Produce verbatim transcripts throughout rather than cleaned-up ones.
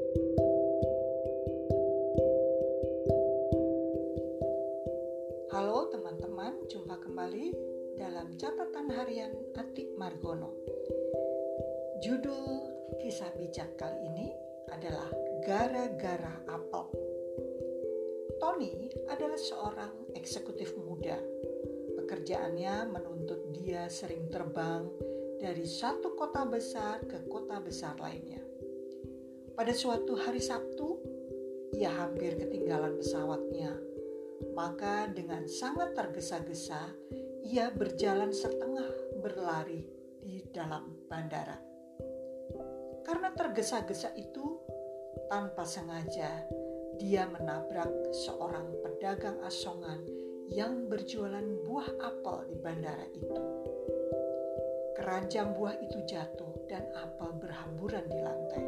Halo teman-teman, jumpa kembali dalam catatan harian Ati Margono. Judul kisah bijak kali ini adalah Gara-gara Apel. Tony adalah seorang eksekutif muda. Pekerjaannya menuntut dia sering terbang dari satu kota besar ke kota besar lainnya. Pada suatu hari Sabtu, ia hampir ketinggalan pesawatnya. Maka dengan sangat tergesa-gesa, ia berjalan setengah berlari di dalam bandara. Karena tergesa-gesa itu, tanpa sengaja, dia menabrak seorang pedagang asongan yang berjualan buah apel di bandara itu. Keranjang buah itu jatuh dan apel berhamburan di lantai.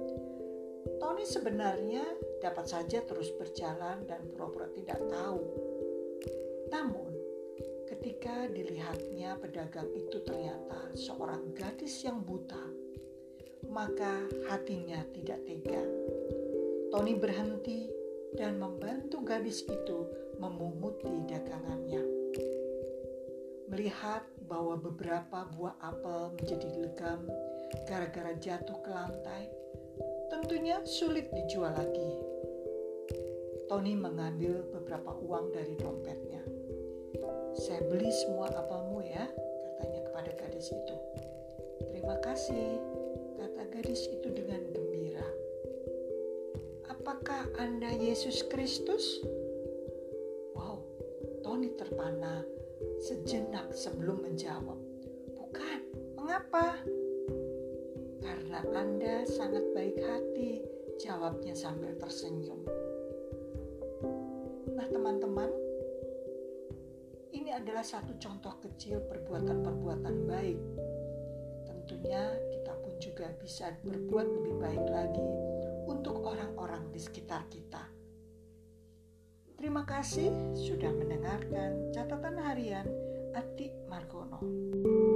Tony sebenarnya dapat saja terus berjalan dan pura-pura tidak tahu. Namun, ketika dilihatnya pedagang itu ternyata seorang gadis yang buta, maka hatinya tidak tega. Tony berhenti dan membantu gadis itu memunguti dagangannya. Melihat bahwa beberapa buah apel menjadi legam gara-gara jatuh ke lantai, tentunya sulit dijual lagi. Tony mengambil beberapa uang dari dompetnya. "Saya beli semua apelmu ya," katanya kepada gadis itu. "Terima kasih," kata gadis itu dengan gembira. "Apakah Anda Yesus Kristus?" Wow, Tony terpana sejenak sebelum menjawab. "Bukan, mengapa?" "Karena Anda sangat baik hati," jawabnya sambil tersenyum. Nah teman-teman, ini adalah satu contoh kecil perbuatan-perbuatan baik. Tentunya kita pun juga bisa berbuat lebih baik lagi untuk orang-orang di sekitar kita. Terima kasih sudah mendengarkan catatan harian Ati Margono.